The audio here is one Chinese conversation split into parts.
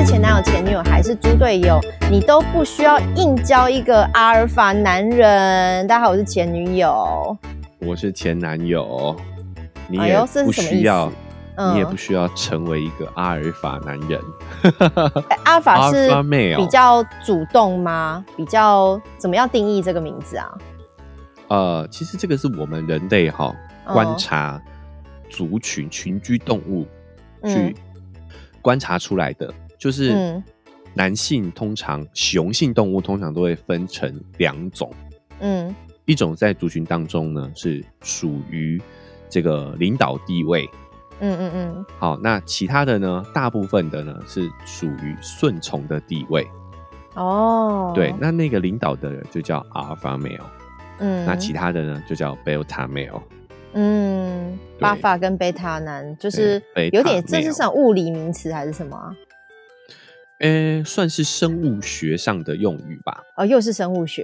前男友、前女友还是猪队友，你都不需要硬交一个阿尔法男人。大家好，我是前女友， 我是前男友，你也不需要，你也不需要成为一个阿尔法男人。 阿尔法是比较主动吗？比较怎么样定义这个名字啊？ 其实这个是我们人类观察族群、群居动物去观察出来的，就是男性雄性动物通常都会分成2种，一种在族群当中呢是属于这个领导地位，好，那其他的呢，大部分的呢是属于顺从的地位，对，那个领导的人就叫 Alpha male，那其他的呢就叫 Beta male。 巴法跟贝塔男就是有点，这是像物理名词还是什么啊？ 算是生物学上的用语吧。 又是生物学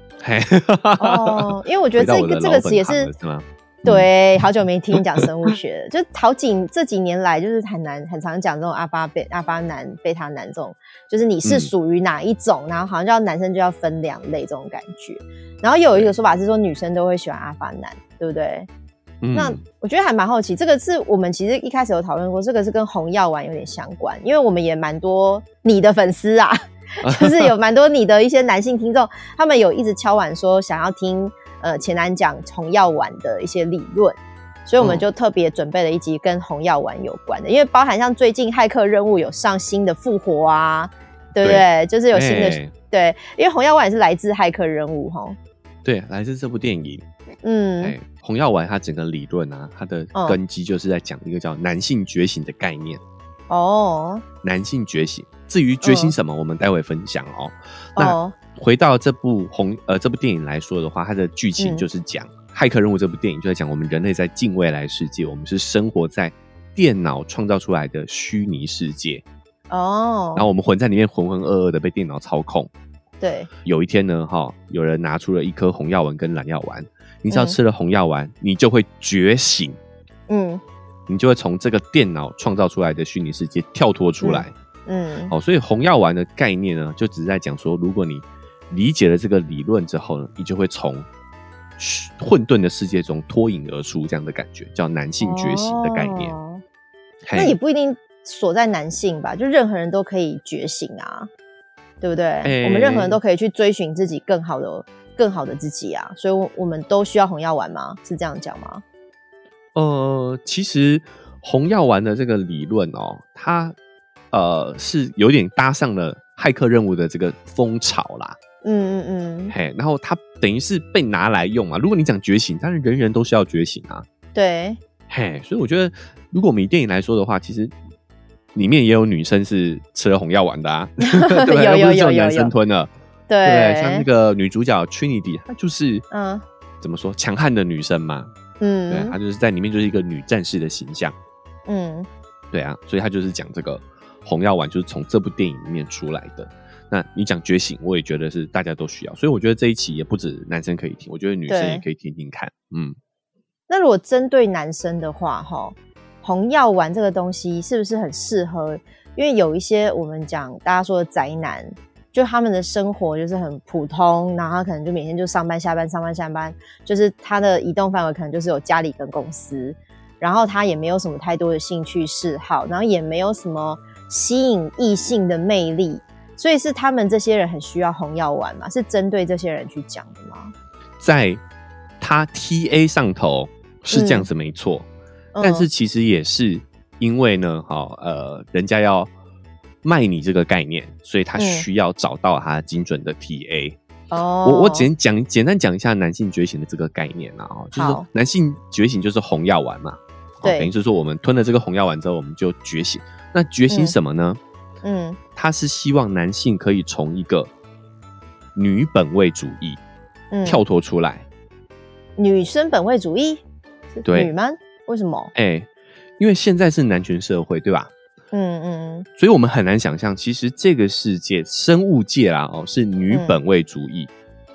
因为我觉得这个词也是吗？对，好久没听讲生物学了，就这几年来就是很常讲这种阿巴男、贝塔男这种，就是你是属于哪一种，然后好像男生就要分2类这种感觉。然后有一个说法是说女生都会喜欢阿巴男，对不对？那我觉得还蛮好奇，这个是我们其实一开始有讨论过，这个是跟红药丸有点相关，因为我们也蛮多你的粉丝啊，就是有蛮多你的一些男性听众，他们有一直敲碗说想要听前男讲红药丸的一些理论，所以我们就特别准备了一集跟红药丸有关的，因为包含像最近骇客任务有上新的复活啊，对不对？就是有新的对，因为红药丸也是来自骇客任务对，来自这部电影。红药丸它整个理论啊，它的根基就是在讲一个叫男性觉醒的概念。男性觉醒，至于觉醒什么，我们待会分享那回到这部电影来说的话，它的剧情就是讲骇客任务这部电影就在讲我们人类在近未来世界，我们是生活在电脑创造出来的虚拟世界。然后我们混在里面浑浑噩噩的被电脑操控。 对， 有一天呢，有人拿出了一颗红药丸跟蓝药丸，你只要吃了红药丸，你就会觉醒，你就会从这个电脑创造出来的虚拟世界跳脱出来，所以红药丸的概念呢，就只是在讲说，如果你理解了这个理论之后呢，你就会从混沌的世界中脱颖而出，这样的感觉叫男性觉醒的概念。 那也不一定锁在男性吧，就任何人都可以觉醒啊。对不对？我们任何人都可以去追寻自己更好的自己啊，所以我们都需要红药丸吗？是这样讲吗？ 其实红药丸的这个理论它是有点搭上了骇客任务的这个风潮啦。然后它等于是被拿来用嘛。如果你讲觉醒，当然人人都需要觉醒啊。 对。 所以我觉得，如果我们以电影来说的话，其实里面也有女生是吃了红药丸的啊，对不对？不是只有男生吞了，对，像那个女主角 Trinity， 她就是怎么说强悍的女生嘛，对，她就是在里面就是一个女战士的形象，对啊，所以她就是讲这个红药丸就是从这部电影里面出来的。那你讲觉醒，我也觉得是大家都需要，所以我觉得这一期也不止男生可以听，我觉得女生也可以听听看。 那如果针对男生的话，红药丸这个东西是不是很适合？因为有一些我们讲大家说的宅男，就他们的生活就是很普通，然后他可能就每天就上班下班，就是他的移动范围可能就是有家里跟公司，然后他也没有什么太多的兴趣嗜好，然后也没有什么吸引异性的魅力，所以是他们这些人很需要红药丸嘛？是针对这些人去讲的吗？ 在他 TA 上头是这样子没错。但是其实也是因为呢，人家要卖你这个概念，所以他需要找到他精准的 TA。我简单讲一下男性觉醒的这个概念啊，就是说男性觉醒就是红药丸嘛，等于是说我们吞了这个红药丸之后，我们就觉醒。那觉醒什么呢？他是希望男性可以从一个女本位主义跳脱出来。 女生本位主义？ 对， 女吗？为什么？ 因为现在是男权社会，对吧？所以我们很难想象，其实这个世界生物界啦，是女本位主义。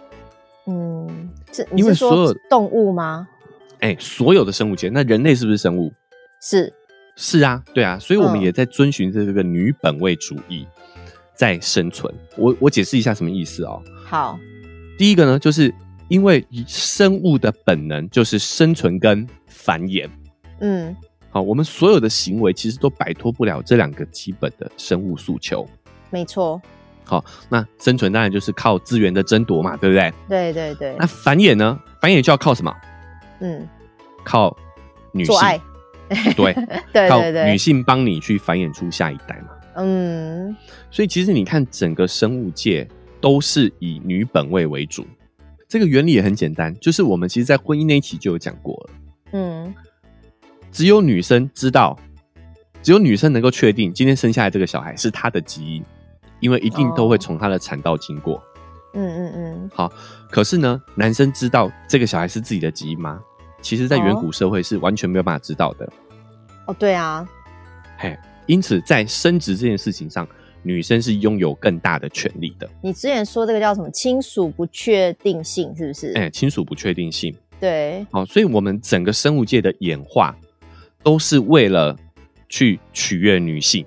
你是说动物吗？ 所有的生物界，那人类是不是生物？ 是。 是啊，对啊，所以我们也在遵循这个女本位主义在生存。我解释一下什么意思哦。 好， 第一个呢，就是因为生物的本能就是生存跟繁衍。好，我们所有的行为其实都摆脱不了这2个基本的生物诉求。 没错。 好，那生存当然就是靠资源的争夺嘛，对不对？ 对对对。 那繁衍呢？繁衍就要靠什么？靠女性。做爱。对对，靠女性帮你去繁衍出下一代嘛。所以其实你看，整个生物界都是以女本位为主。这个原理也很简单，就是我们其实在婚姻那一期就有讲过了。只有女生知道，只有女生能够确定今天生下来这个小孩是她的基因，因为一定都会从她的产道经过。好，可是呢，男生知道这个小孩是自己的基因吗？其实在远古社会是完全没有办法知道的。 对啊。 因此在生殖这件事情上，女生是拥有更大的权利的。 你之前说这个叫什么亲属不确定性，是不是？ 亲属不确定性。 对。 好，所以我们整个生物界的演化都是为了去取悦女性。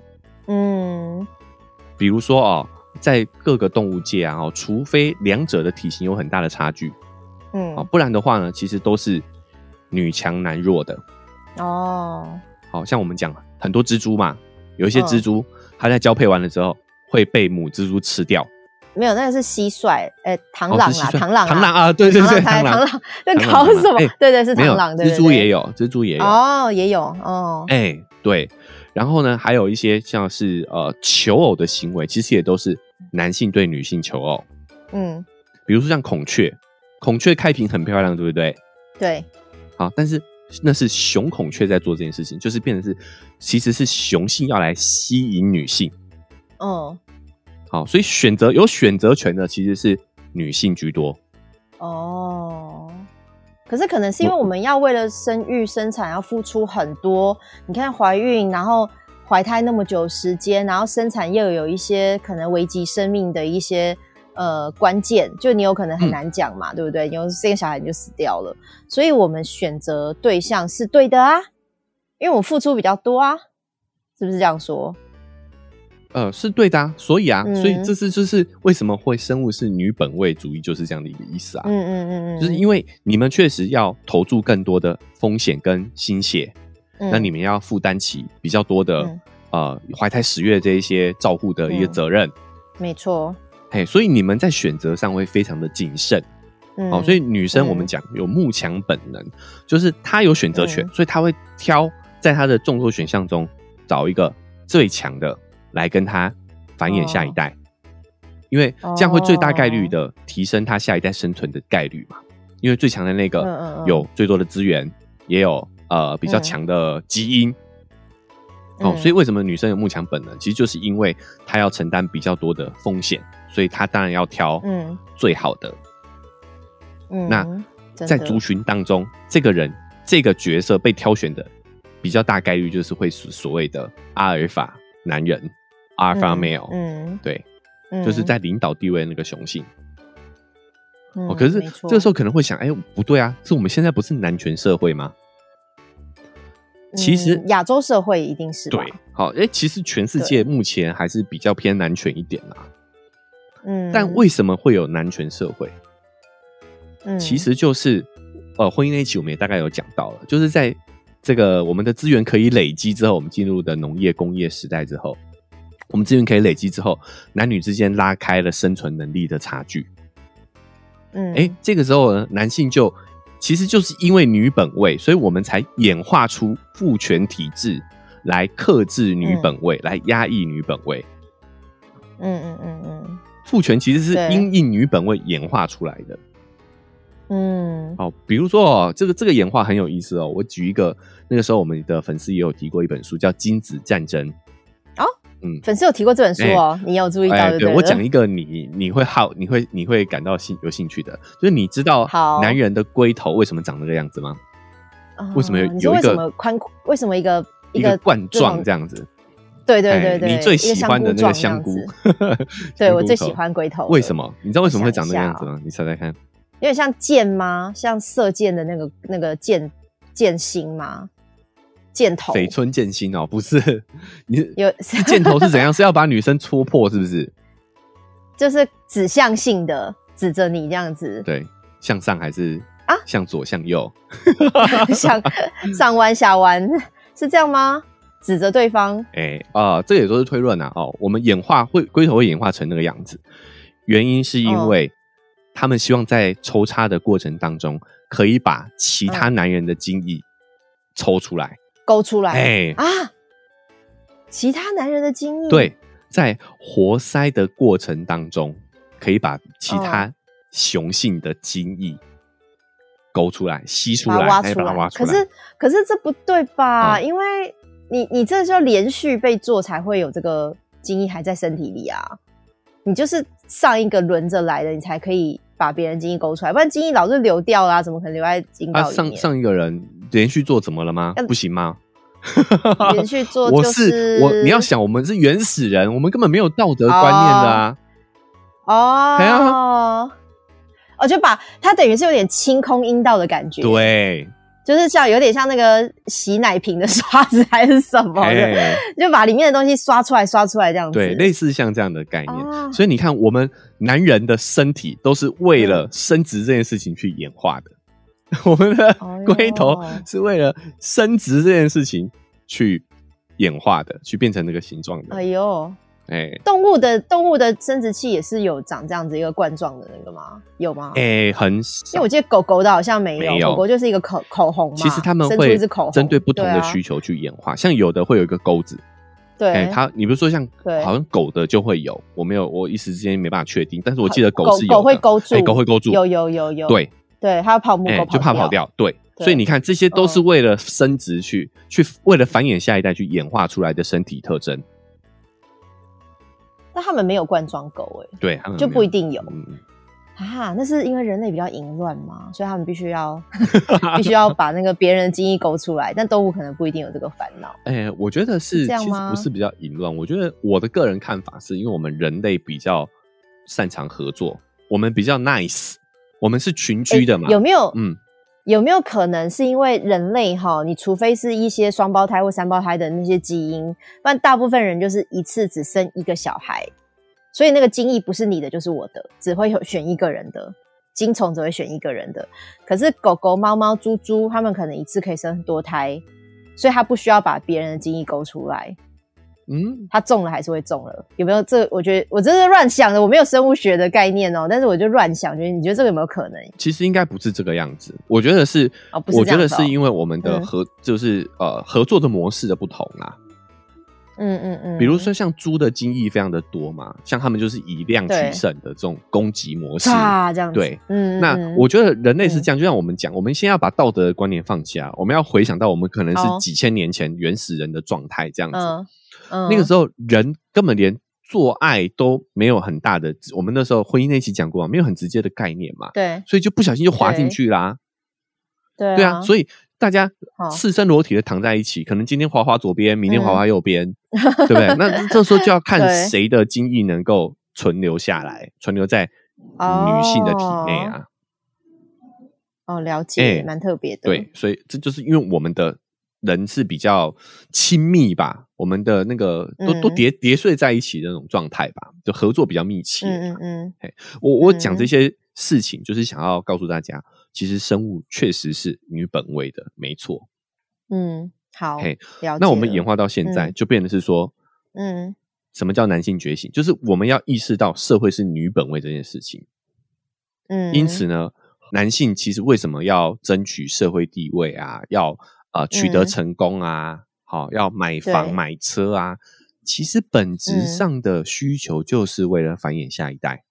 比如说在各个动物界啊，除非两者的体型有很大的差距，不然的话呢，其实都是女强男弱的。好像我们讲很多蜘蛛嘛，有一些蜘蛛它在交配完了之后会被母蜘蛛吃掉。 没有，那个是蟋蟀，螳螂啦，螳螂啊，对对对，螳螂在搞什么？对对，是螳螂。 蜘蛛也有，蜘蛛也有。 也有。 对。然后呢，还有一些像是求偶的行为，其实也都是男性对女性求偶。比如说像孔雀，孔雀开屏很漂亮，对不对？对。好，但是那是雄孔雀在做这件事情，就是变成是其实是雄性要来吸引女性。好，所以有选择权的其实是女性居多。 可是可能是因为我们要为了生育生产要付出很多，你看怀孕，然后怀胎那么久时间，然后生产又有一些可能危及生命的一些关键，就你有可能很难讲嘛，对不对？有这个小孩你就死掉了，所以我们选择对象是对的啊，因为我付出比较多啊，是不是这样说？ 是对的啊，所以这是就是为什么会生物是女本位主义，就是这样的一个意思啊。就是因为你们确实要投注更多的风险跟心血，那你们要负担起比较多的怀胎十月这一些照护的一个责任。没错。所以你们在选择上会非常的谨慎。所以女生我们讲有慕强本能，就是她有选择权，所以她会挑在她的众多选项中找一个最强的来跟他繁衍下一代，因为这样会最大概率的提升他下一代生存的概率嘛。因为最强的那个有最多的资源，也有比较强的基因。所以为什么女生有慕强本能？其实就是因为她要承担比较多的风险，所以她当然要挑最好的。那在族群当中，这个角色被挑选的比较大概率就是会是所谓的阿尔法男人。Alpha male，对，就是在领导地位的那个雄性。可是这个时候可能会想，不对啊，是我们现在不是男权社会吗？其实亚洲社会一定是吧。 对，好，其实全世界目前还是比较偏男权一点啦。但为什么会有男权社会？其实就是婚姻那一期我们也大概有讲到了，就是在这个我们的资源可以累积之后，我们进入的农业工业时代之后，我们资源可以累积之后，男女之间拉开了生存能力的差距。这个时候呢，男性其实就是因为女本位，所以我们才演化出父权体制来克制女本位，来压抑女本位。父权其实是因应女本位演化出来的。比如说这个演化很有意思哦。我举一个，那个时候我们的粉丝也有提过一本书，叫《精子战争》。 粉丝有提过这本书哦，你有注意到？ 对，我讲一个你会感到有兴趣的，就是你知道男人的龟头为什么长那个样子吗？为什么有一个为什么一个冠状这样子？ 对对对对， 你最喜欢的那个香菇， 对我最喜欢龟头。 为什么？你知道为什么会长那个样子吗？你猜猜看。 有点像箭吗？像射箭的那个箭心吗？ 箭头， 绯村剑心哦，不是，你箭头是怎样？是要把女生戳破，是不是？ 就是指向性的指着你这样子。 对，向上还是向左向右？ 向上弯下弯是这样吗？指着对方？ 这也都是推论啊。我们龟头会演化成那个样子，原因是因为他们希望在抽插的过程当中，可以把其他男人的精液抽出来。 勾出来其他男人的精液， 对，在活塞的过程当中，可以把其他雄性的精液勾出来、吸出来、把它挖出来。 可是这不对吧？因为你这就连续被做才会有这个精液还在身体里啊。你就是上一个轮着来的，你才可以把别人精液勾出来，不然精液老是流掉啦，怎么可能留在阴道里面？ 上一个人连续做怎么了吗？不行吗？ 连续做就是你要想，我们是原始人，我们根本没有道德观念的啊。 就把它等于是有点清空阴道的感觉。 对。 就是有点像那个洗奶瓶的刷子还是什么的，就把里面的东西刷出来这样子。 对，类似像这样的概念。所以你看，我们男人的身体都是为了生殖这件事情去演化的，我们的龟头是为了生殖这件事情去演化的，去变成那个形状的。动物的生殖器也是有长这样子一个冠状的那个吗？有吗？ 很少，因为我记得狗狗的好像没有，狗狗就是一个口红嘛。 其实他们会针对不同的需求去演化，像有的会有一个钩子。 对， 你比如说像好像狗的就会有，我一时之间没办法确定，但是我记得狗是有的， 狗会勾住， 狗会勾住， 有，对，它要跑母狗就怕跑掉，对。所以你看，这些都是为了生殖去为了繁衍下一代去演化出来的身体特征。 但他们没有冠状狗对，他们就不一定有那是因为人类比较淫乱嘛，所以他们必须要把那个别人的精液勾出来，但动物可能不一定有这个烦恼。 我觉得是这样吗？ 其实不是比较淫乱，我觉得我的个人看法是因为我们人类比较擅长合作，我们比较 nice， 我们是群居的嘛。 有没有可能是因为人类你除非是一些双胞胎或三胞胎的那些基因，不然大部分人就是一次只生一个小孩，所以那个精液不是你的就是我的，只会选一个人的，精虫只会选一个人的。可是狗狗、猫猫、猪猪，他们可能一次可以生很多胎，所以他不需要把别人的精液勾出来。他中了还是会中了，有没有？这我觉得我真是乱想的，我没有生物学的概念但是我就乱想，你觉得这个有没有可能？ 其实应该不是这个样子，我觉得是，我觉得是因为我们的就是合作的模式的不同啦。比如说像猪的精液非常的多嘛，像他们就是以量取胜的这种攻击模式， 这样子。 对，那我觉得人类是这样，就像我们讲，我们先要把道德的观念放下，我们要回想到我们可能是几千年前原始人的状态这样子。那个时候人根本连做爱都没有很大的，我们那时候婚姻那期讲过嘛，没有很直接的概念嘛， 对， 所以就不小心就滑进去啦。 对啊，所以大家赤身裸体的躺在一起，可能今天滑滑左边，明天滑滑右边，对不对？那这时候就要看谁的精液能够存留下来，存留在女性的体内啊。 了解，蛮特别的。 对，所以这就是因为我们的人是比较亲密吧，我们的那个都叠睡在一起的那种状态吧，就合作比较密切。我讲这些事情，就是想要告诉大家，其实生物确实是女本位的，没错。 好，了解。 那我们演化到现在，就变成是说，什么叫男性觉醒？就是我们要意识到社会是女本位这件事情。因此呢，男性其实为什么要争取社会地位啊？要取得成功啊，要买房买车啊，其实本质上的需求就是为了繁衍下一代。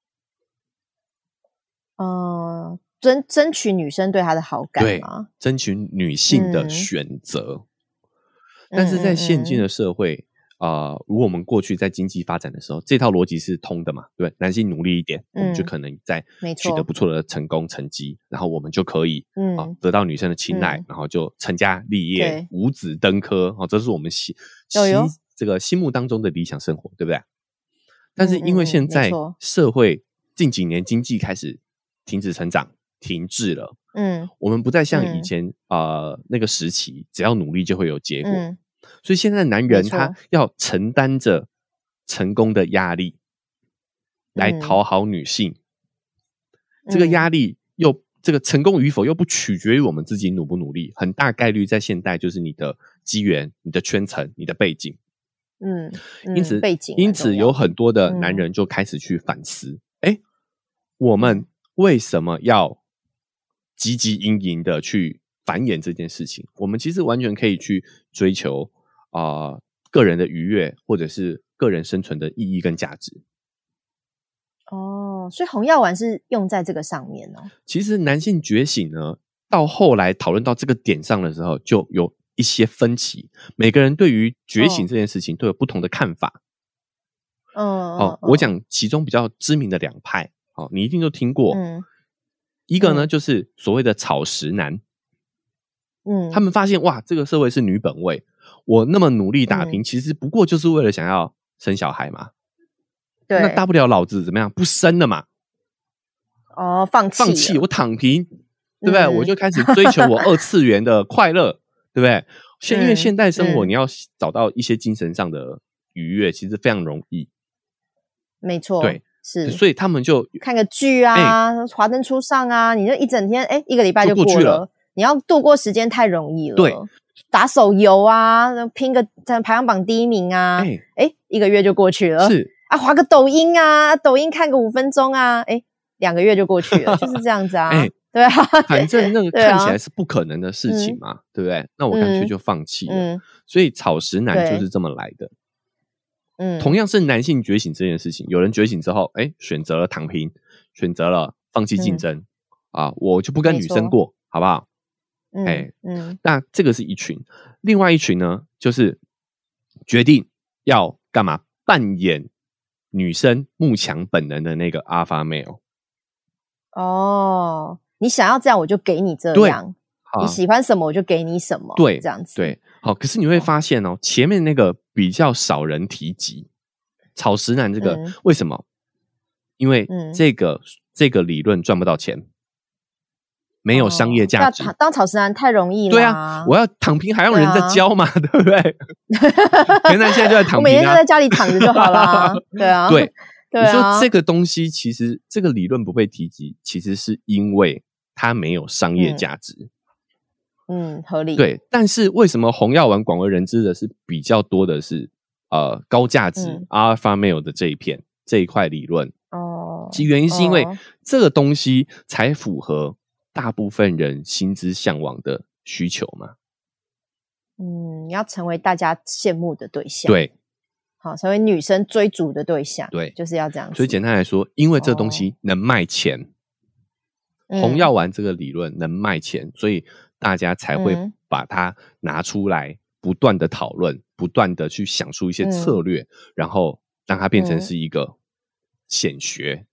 争取女生对他的好感吗？ 对，争取女性的选择。但是在现今的社会，如果我们过去在经济发展的时候，这套逻辑是通的嘛？对，男性努力一点，我们就可能在取得不错的成功成绩，然后我们就可以得到女生的青睐，然后就成家立业，五子登科，这是我们这个心目当中的理想生活，对不对？但是因为现在社会近几年经济开始停止成长， 停滞了。我们不再像以前那个时期，只要努力就会有结果。所以现在男人他要承担着成功的压力，来讨好女性。这个压力这个成功与否又不取决于我们自己努不努力，很大概率在现代就是你的机缘、你的圈层、你的背景。因此有很多的男人就开始去反思，我们为什么要汲汲营营的去繁衍这件事情？我们其实完全可以去追求个人的愉悦，或者是个人生存的意义跟价值。 所以红药丸是用在这个上面哦。 其实男性觉醒呢，到后来讨论到这个点上的时候，就有一些分歧。每个人对于觉醒这件事情都有不同的看法。我讲其中比较知名的2派，你一定都听过。一个呢，就是所谓的草食男。他们发现哇，这个社会是女本位，我那么努力打拼，其实不过就是为了想要生小孩嘛。那大不了老子怎么样不生了嘛？ 放弃我躺平，对不对？我就开始追求我2次元的快乐，对不对？因为现代生活你要找到一些精神上的愉悦，其实非常容易。 没错， 对， 是， 所以他们就看个剧啊，华灯初上啊，你就一整天1个礼拜就过了。你要度过时间太容易了。 对， 打手游啊，拼个排行榜第1名啊，1个月就过去了。 是滑个抖音啊，抖音看个5分钟啊，2个月就过去了，就是这样子啊。对啊， 反正那个看起来是不可能的事情嘛，对不对？那我干脆就放弃了。所以草食男就是这么来的。同样是男性觉醒这件事情，有人觉醒之后，选择了躺平，选择了放弃竞争我就不跟女生过，好不好？那这个是一群，另外一群呢，就是决定要干嘛？扮演女生慕强本能的那个 alpha male。 你想要这样，我就给你这样。你喜欢什么，我就给你什么。 对， 这样子。 对，好。可是你会发现前面那个比较少人提及，草食男这个为什么？因为这个理论赚不到钱。没有商业价值， 当草食男太容易了。 对啊，我要躺平还让人在教嘛，对不对？原来现在就在躺平我每天就在家里躺着就好啦。对啊， 对，你说这个东西其实这个理论不被提及，其实是因为它没有商业价值。 合理。 对，但是为什么红药丸广为人知的是比较多的是高价值 alpha male 的这一块理论？其原因是因为这个东西才符合大部分人心之向往的需求嘛。 你要成为大家羡慕的对象。 对， 好，成为女生追逐的对象。 对， 就是要这样子。 所以简单来说，因为这东西能卖钱，红药丸这个理论能卖钱，所以大家才会把它拿出来不断的讨论，不断的去想出一些策略，然后让它变成是一个显学。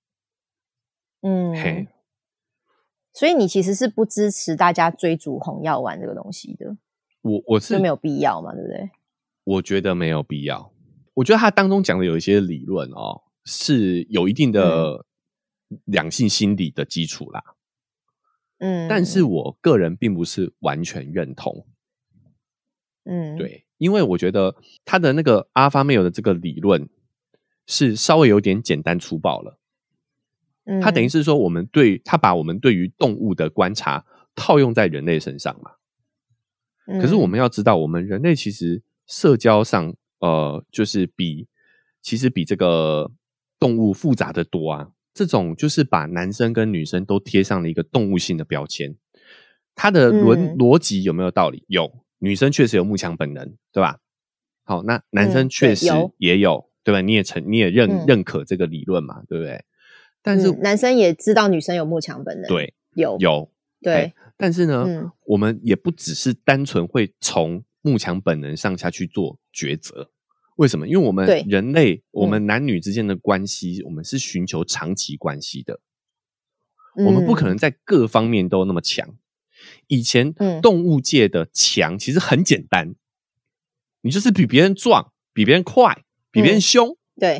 所以你其实是不支持大家追逐红药丸这个东西的。 我是就没有必要嘛，对不对？ 我觉得没有必要。我觉得他当中讲的有一些理论是有一定的两性心理的基础啦。但是我个人并不是完全认同。对，因为我觉得他的那个 alpha male 的这个理论是稍微有点简单粗暴了。他等于是说他把我们对于动物的观察套用在人类身上嘛。可是我们要知道，我们人类其实社交上就是其实比这个动物复杂的多啊。这种就是把男生跟女生都贴上了一个动物性的标签，它的逻辑有没有道理？有，女生确实有慕强本能，对吧？好，那男生确实也有，对吧？你也认可这个理论嘛，对不对？但是男生也知道女生有慕强本能， 对， 有，对。 但是呢，我们也不只是单纯会从慕强本能上下去做抉择。为什么？因为我们人类，我们男女之间的关系，我们是寻求长期关系的。我们不可能在各方面都那么强。以前动物界的强其实很简单，你就是比别人壮，比别人快，比别人凶。 对。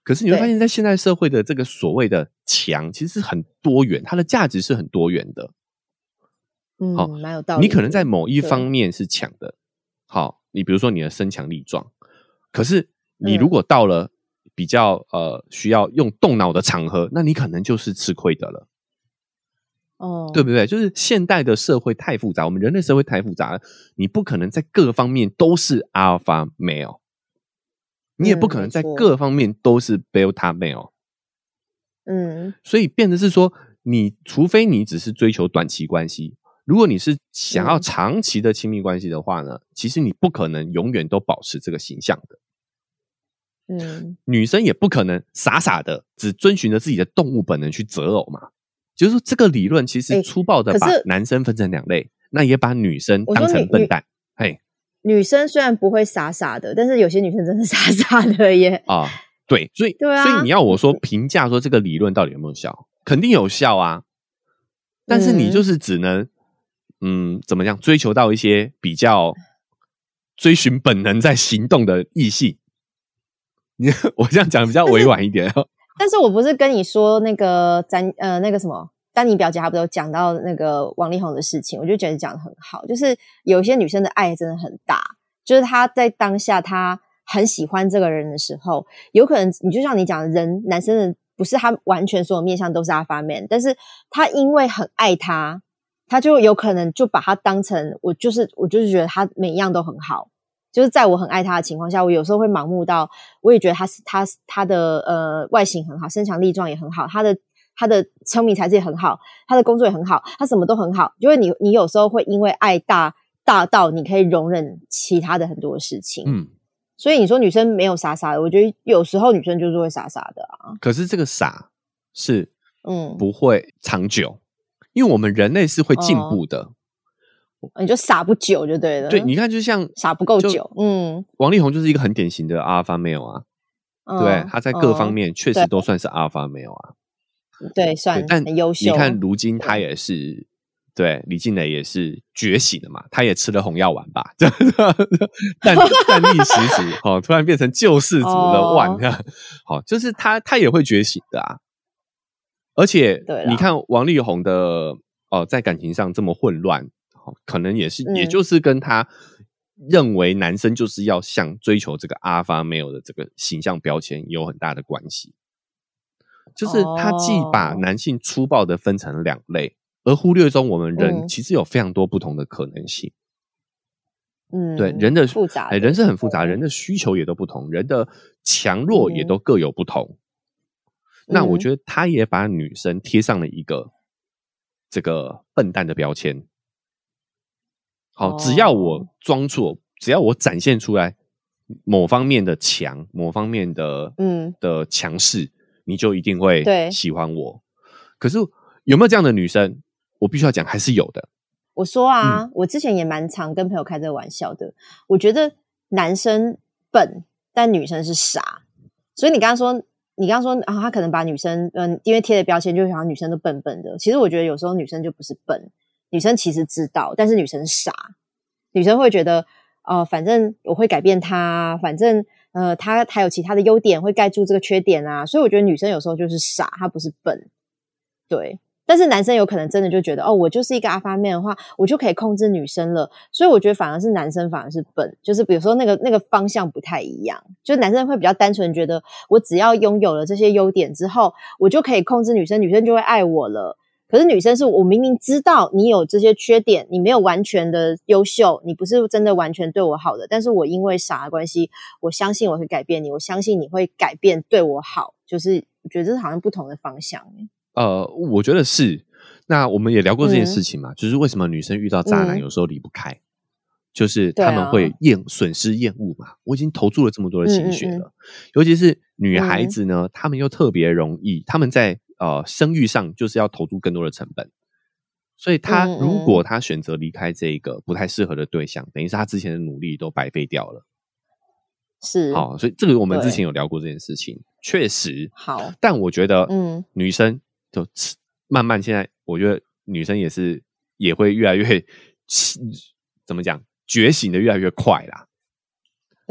可是你会发现在现代社会的这个所谓的强其实是很多元，它的价值是很多元的。 好，蛮有道理。 你可能在某一方面是强的，好，你比如说你的身强力壮，可是你如果到了比较需要用动脑的场合，那你可能就是吃亏的了。对不对？就是现代的社会太复杂，我们人类社会太复杂了，你不可能在各方面都是 alpha male， 你也不可能在各方面都是 beta male。所以变的是说，你除非你只是追求短期关系，如果你是想要长期的亲密关系的话呢，其实你不可能永远都保持这个形象的。女生也不可能傻傻的只遵循着自己的动物本能去择偶嘛。就是说这个理论其实粗暴的把男生分成两类，那也把女生当成笨蛋。 女生虽然不会傻傻的，但是有些女生真的傻傻的耶。 对，所以你要我说评价说这个理论到底有没有效，肯定有效啊。但是你就是只能怎么样追求到一些比较追寻本能在行动的异性。我这样讲比较委婉一点。 但是我不是跟你说那个那个什么丹妮表姐她不是有讲到那个王力宏的事情，我就觉得讲得很好，就是有一些女生的爱真的很大，就是她在当下她很喜欢这个人的时候，有可能你就像你讲的男生的不是他完全所有面向都是 alpha man， 但是他因为很爱他就有可能就把他当成我就是觉得他每一样都很好。就是在我很爱他的情况下，我有时候会盲目到，我也觉得他的外形很好，身强力壮也很好，他的聪明才智也很好，他的工作也很好，他什么都很好。因为你有时候会因为爱大到你可以容忍其他的很多事情。所以你说女生没有傻傻的，我觉得有时候女生就是会傻傻的啊。 可是这个傻是不会长久，因为我们人类是会进步的。 你就傻不久就对了。 对，你看就像傻不够久。 王力宏就是一个很典型的 alpha male 啊。对，他在各方面确实都算是 alpha male 啊。 对，算很优秀。 你看如今他也是，对，李静蕾也是觉醒了嘛，他也吃了红药丸吧，但立时足，突然变成救世主的腕，就是他也会觉醒的啊。而且你看王力宏的在感情上这么混乱，可能也就是跟他认为男生就是要像追求这个 alpha male 的这个形象标签有很大的关系。就是他既把男性粗暴的分成两类，而忽略中我们人其实有非常多不同的可能性。对，人的复杂， 人是很复杂，人的需求也都不同，人的强弱也都各有不同。那我觉得他也把女生贴上了一个这个笨蛋的标签。好，只要我装作，只要我展现出来某方面的强，某方面的强势，你就一定会喜欢我。可是有没有这样的女生？我必须要讲，还是有的。 我说啊，我之前也蛮常跟朋友开这个玩笑的。我觉得男生笨，但女生是傻。所以你刚刚说他可能把女生因为贴的标签就好像女生都笨笨的。其实我觉得有时候女生就不是笨，女生其实知道，但是女生傻。女生会觉得反正我会改变他，反正他还有其他的优点会盖住这个缺点啊。所以我觉得女生有时候就是傻，她不是笨。对。但是男生有可能真的就觉得我就是一个 alpha man 的话，我就可以控制女生了。所以我觉得反而是男生反而是笨，就是比如说那个方向不太一样。就男生会比较单纯觉得我只要拥有了这些优点之后，我就可以控制女生，女生就会爱我了。可是女生是我明明知道你有这些缺点，你没有完全的优秀，你不是真的完全对我好的，但是我因为傻的关系，我相信我会改变你，我相信你会改变对我好。就是我觉得这是好像不同的方向。 我觉得是。那我们也聊过这件事情嘛，就是为什么女生遇到渣男有时候离不开，就是他们会损失厌恶嘛。我已经投注了这么多的心血了，尤其是女孩子呢，她们又特别容易，她们在生育上就是要投注更多的成本，所以她如果她选择离开这个不太适合的对象，等于是她之前的努力都白费掉了。 是， 好，所以这个我们之前有聊过这件事情，确实好。但我觉得，女生就慢慢现在，我觉得女生也会越来越怎么讲，觉醒的越来越快啦。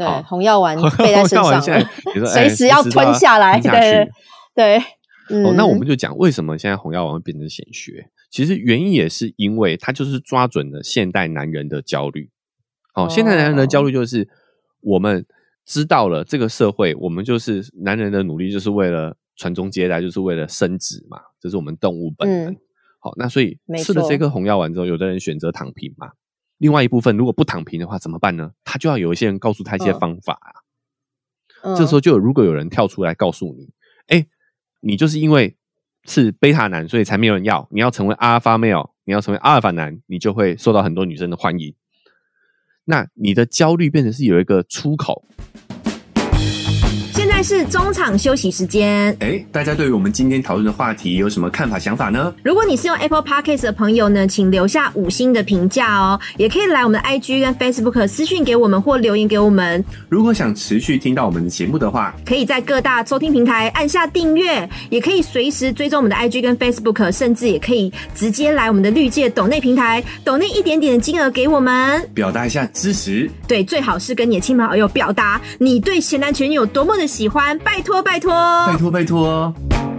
对，红药丸背在身上，随时要吞下来，对。 那我们就讲为什么现在红药丸会变成显学，其实原因也是因为它就是抓准了现代男人的焦虑。现代男人的焦虑就是我们知道了这个社会，我们就是男人的努力就是为了传宗接代，就是为了生殖嘛，这是我们动物本能。那所以吃了这颗红药丸之后，有的人选择躺平嘛，另外一部分如果不躺平的话怎么办呢？他就要有一些人告诉他一些方法这时候就如果有人跳出来告诉你，你就是因为是贝塔男所以才没有人要，你要成为阿尔法 male， 你要成为阿尔法男，你就会受到很多女生的欢迎，那你的焦虑变成是有一个出口。 现在是中场休息时间。 大家对于我们今天讨论的话题有什么看法想法呢？ 如果你是用 Apple Podcast 的朋友呢，请留下5星的评价哦，也可以来我们的 IG 跟 Facebook 私讯给我们或留言给我们。 如果想持续听到我们的节目的话， 可以在各大收听平台按下订阅，也可以随时追踪我们的 IG 跟 Facebook， 甚至也可以直接来我们的绿界抖内平台抖内一点点的金额给我们， 表达一下支持。 对，最好是跟你的亲朋好友表达你对咸男全女有多么的喜欢，拜托拜托拜托拜托。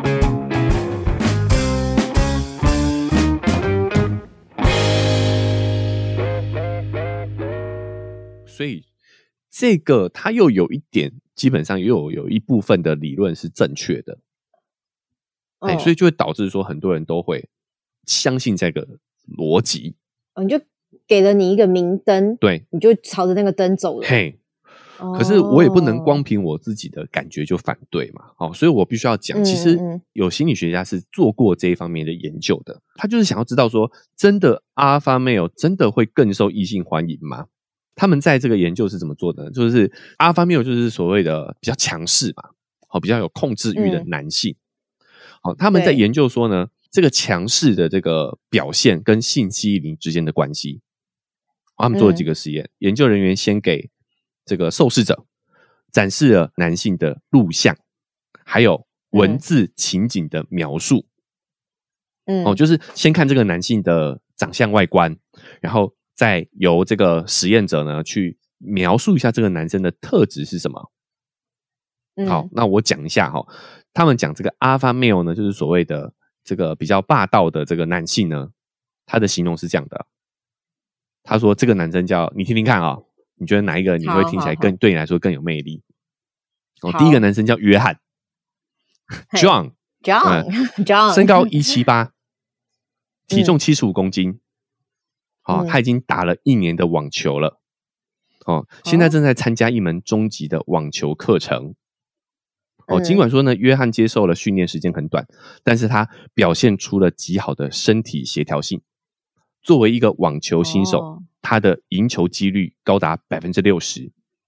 所以这个它又有一点，基本上又有一部分的理论是正确的，所以就会导致说很多人都会相信这个逻辑。 你就给了你一个明灯， 对， 你就朝着那个灯走了。 可是我也不能光凭我自己的感觉就反对嘛，所以我必须要讲，其实有心理学家是做过这一方面的研究的，他就是想要知道说，真的 Alpha Male 真的会更受异性欢迎吗？他们在这个研究是怎么做的呢？就是 Alpha Male 就是所谓的比较强势嘛，比较有控制欲的男性。他们在研究说呢，这个强势的这个表现跟性吸引力之间的关系。他们做了几个实验，研究人员先给这个受试者展示了男性的录像，还有文字情景的描述。就是先看这个男性的长相外观，然后再由这个实验者呢去描述一下这个男生的特质是什么。好，那我讲一下他们讲这个 Alpha Male 呢，就是所谓的这个比较霸道的这个男性呢，他的形容是这样的。他说这个男生叫，你听听看你觉得哪一个你会听起来对你来说更有魅力？第一个男生叫约翰 John 身高178，体重75公斤，他已经打了1年的网球了，现在正在参加一门中级的网球课程。尽管说呢，约翰接受了训练时间很短，但是他表现出了极好的身体协调性。作为一个网球新手，他的赢球几率高达 60%，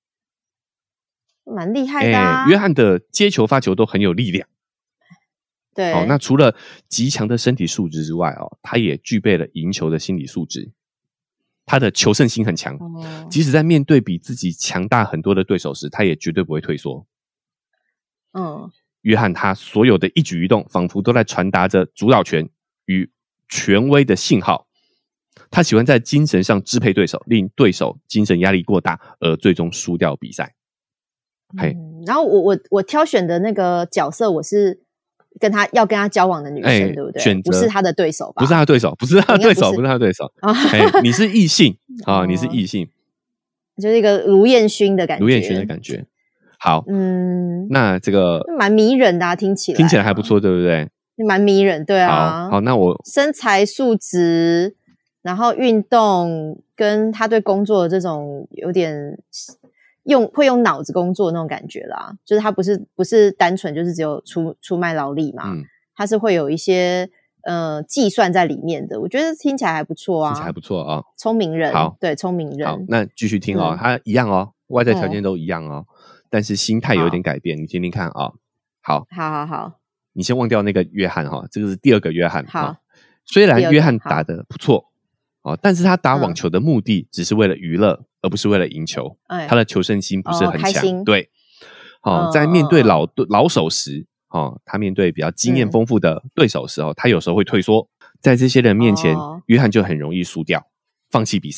蛮厉害的约翰的接球发球都很有力量。 对， 那除了极强的身体素质之外他也具备了赢球的心理素质。他的求胜心很强，即使在面对比自己强大很多的对手时，他也绝对不会退缩。约翰他所有的一举一动仿佛都在传达着主导权与权威的信号。他喜欢在精神上支配对手，令对手精神压力过大，而最终输掉比赛。 然后我挑选的那个角色，我是跟他交往的女生，对不对？不是他的对手吧？ 不是他的对手，不是他的对手，不是他的对手。你是异性你是异性， 就是一个卢彦勋的感觉。 卢彦勋的感觉。好，那这个蛮迷人的听起来还不错，对不对？ 蛮迷人，对啊。 好，那我身材素质，然后运动跟他对工作的这种有点会用脑子工作的那种感觉啦，就是他不是单纯就是只有出卖劳力嘛，他是会有一些计算在里面的，我觉得听起来还不错啊， 听起来还不错聪明人， 好， 对，聪明人。 好，那继续听他一样外在条件都一样但是心态有点改变，你听听看好，你先忘掉那个约翰这个是第二个约翰。 好， 虽然约翰打得不错但是他打网球的目的只是为了娱乐，而不是为了赢球。他的求胜心不是很强。对，在面对老手时他面对比较经验丰富的对手时他有时候会退缩。在这些人面前约翰就很容易输掉，放弃比赛，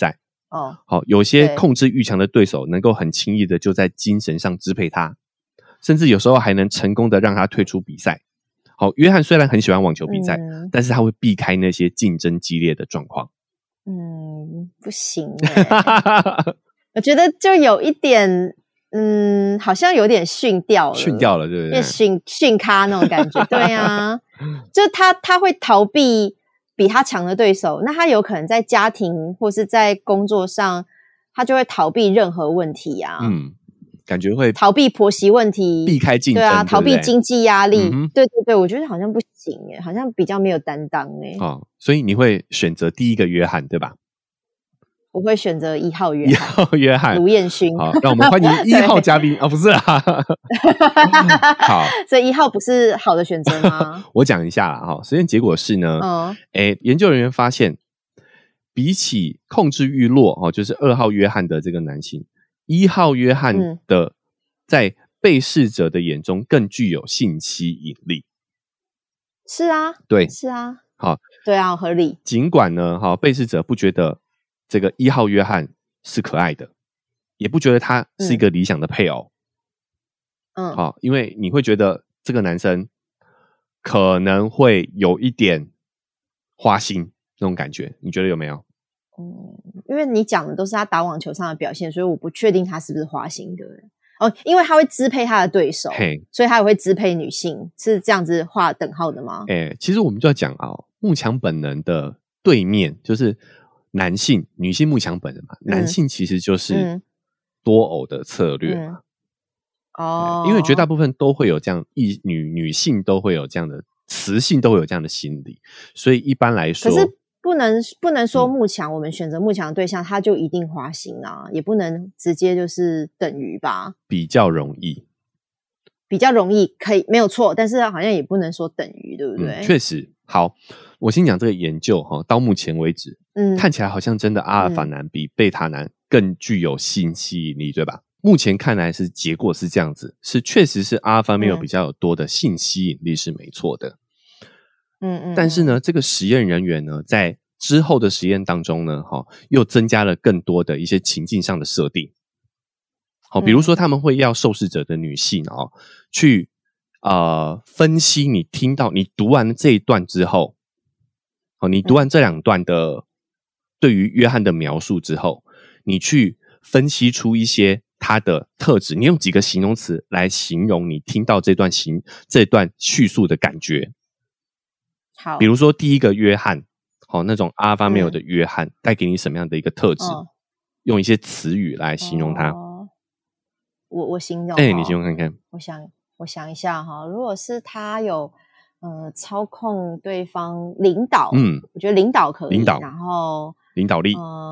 好，有些控制欲强的对手能够很轻易的就在精神上支配他，甚至有时候还能成功的让他退出比赛。好，约翰虽然很喜欢网球比赛，但是他会避开那些竞争激烈的状况。 不行我觉得就有一点好像有点训掉了， 对不对？ 训咖那种感觉。对啊，就他会逃避比他强的对手，那他有可能在家庭或是在工作上，他就会逃避任何问题啊。 感觉会逃避婆媳问题， 避开竞争， 对啊，逃避经济压力。对，我觉得好像不行好像比较没有担当所以你会选择第一个约翰对吧？ 我会选择1号约翰， 约翰卢彦勋。 好，让我们欢迎1号嘉宾不是啦好， 所以1号不是好的选择吗？ 我讲一下啦实验结果是呢研究人员发现比起控制欲弱就是2号约翰的这个男性，1号约翰的在被试者的眼中更具有性吸引力。 是啊， 对， 是啊， 好， 对啊，合理。 尽管呢被试者不觉得这个1号约翰是可爱的，也不觉得他是一个理想的配偶。好，因为你会觉得这个男生可能会有一点花心那种感觉，你觉得有没有？ 因为你讲的都是他打网球上的表现，所以我不确定他是不是花心的因为他会支配他的对手，所以他也会支配女性，是这样子画等号的吗？ 其实我们就要讲慕强本能的对面就是男性，女性慕强本能嘛，男性其实就是多偶的策略嘛。因为绝大部分都会有这样女性都会有这样的雌性都会有这样的心理，所以一般来说， 可是不能说慕强我们选择慕强的对象他就一定花心啊，也不能直接就是等于吧。比较容易可以没有错，但是好像也不能说等于，对不对？ 确实。好，我先讲这个研究到目前为止看起来好像真的阿尔法男比贝塔男更具有性吸引力，对吧？目前看来是结果是这样子，是确实是阿尔法没有比较有多的性吸引力是没错的。但是呢这个实验人员呢在之后的实验当中呢又增加了更多的一些情境上的设定。比如说他们会要受试者的女性去分析你读完这一段之后你读完这2段的对于约翰的描述之后，你去分析出一些他的特质，你用几个形容词来形容你听到这段叙述的感觉。好，比如说第一个约翰那种阿尔法male的约翰带给你什么样的一个特质，用一些词语来形容他。 我形容你形容看看。 我想一下如果是他有操控对方领导，我觉得领导可以，然后领导力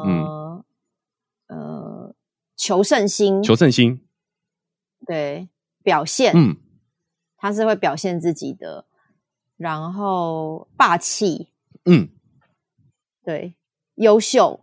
求胜心，对，表现他是会表现自己的，然后霸气对，优秀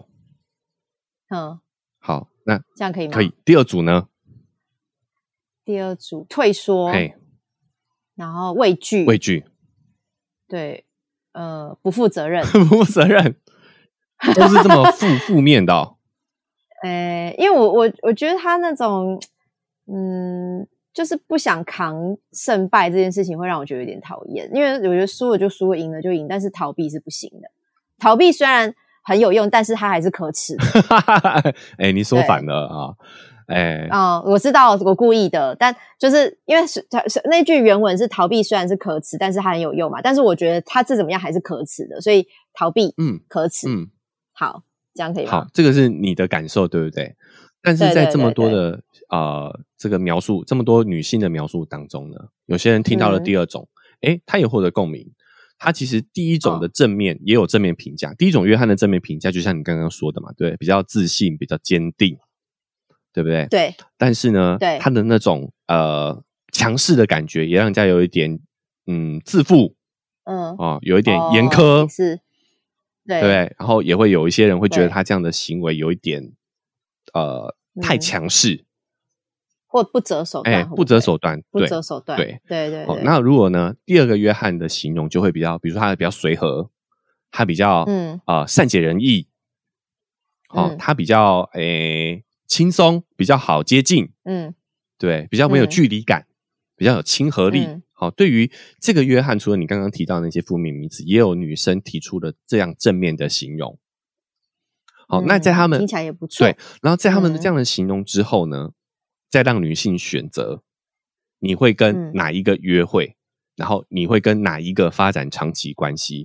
好，那这样可以吗？ 可以。第二组呢？ 第二组退缩，然后畏惧，对，不负责任不负责任都是这么负面的因为我觉得他那种就是不想扛胜败这件事情会让我觉得有点讨厌，因为我觉得输了就输了，赢了就赢，但是逃避是不行的。逃避虽然很有用，但是它还是可耻的你说反了我知道我故意的，但就是因为那句原文是逃避虽然是可耻，但是它很有用嘛，但是我觉得它是怎么样还是可耻的，所以逃避可耻好，这样可以吗？ 好，这个是你的感受对不对？但是在这么多的这个描述，这么多女性的描述当中呢，有些人听到了第二种他也获得共鸣。他其实第一种的正面也有正面评价，第一种约翰的正面评价就像你刚刚说的嘛，对，比较自信，比较坚定，对不对？对。但是呢他的那种强势的感觉也让人家有一点自负有一点严苛， 是对， 然后也会有一些人会觉得他这样的行为有一点太强势或不择手段， 不择手段， 对。 那如果呢，第二个约翰的形容就会比较，比如说他比较随和，他比较善解人意， 他比较轻松，比较好接近，对，比较没有距离感，比较有亲和力。对于这个约翰，除了你刚刚提到的那些负面名词，也有女生提出了这样正面的形容。那在他们听起来也不错。 对，然后在他们的这样的形容之后呢，再让女性选择你会跟哪一个约会，然后你会跟哪一个发展长期关系。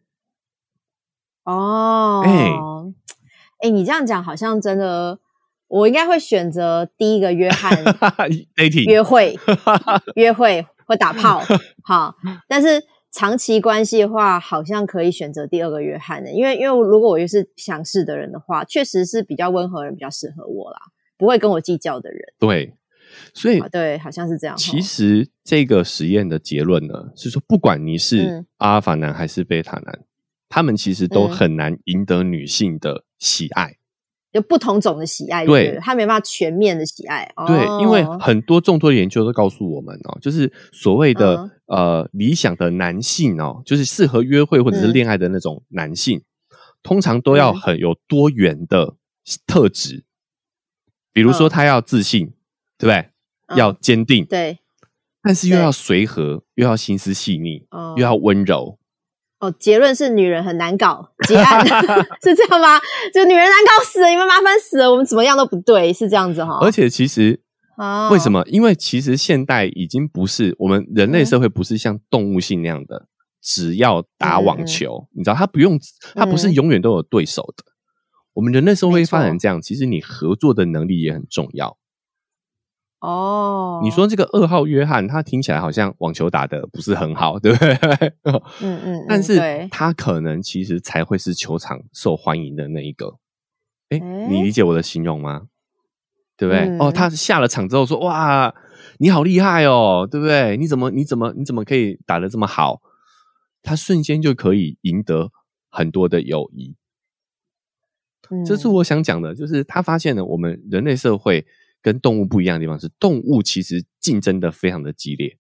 你这样讲好像真的，我应该会选择第一个约翰约会或打炮。好，但是长期关系的话，好像可以选择第二个约翰的，因为如果我又是强势的人的话，确实是比较温和的人比较适合我啦，不会跟我计较的人。 对，所以对，好像是这样。 其实这个实验的结论呢，是说不管你是阿尔法男还是贝塔男，他们其实都很难赢得女性的喜爱。 有不同种的喜爱，对，他没办法全面的喜爱。 对，因为很多众多研究都告诉我们就是所谓的理想的男性就是适合约会或者是恋爱的那种男性，通常都要很有多元的特质。比如说他要自信，对不对？要坚定， 对， 但是又要随和，又要心思细腻，又要温柔。 结论是女人很难搞，结案是这样吗？就女人难搞死了，你们麻烦死了，我们怎么样都不对，是这样子哈。 而且其实为什么？因为其实现代已经不是我们人类社会，不是像动物性那样的，只要打网球，你知道，它不是永远都有对手的。我们人类社会发展这样，其实你合作的能力也很重要。你说这个2号约翰，他听起来好像网球打得不是很好，对不对？但是他可能其实才会是球场受欢迎的那一个。你理解我的形容吗？对不对？他下了场之后说：“哇，你好厉害哦，对不对？你怎么可以打得这么好？”他瞬间就可以赢得很多的友谊。这是我想讲的，就是他发现了我们人类社会跟动物不一样的地方是，动物其实竞争的非常的激烈。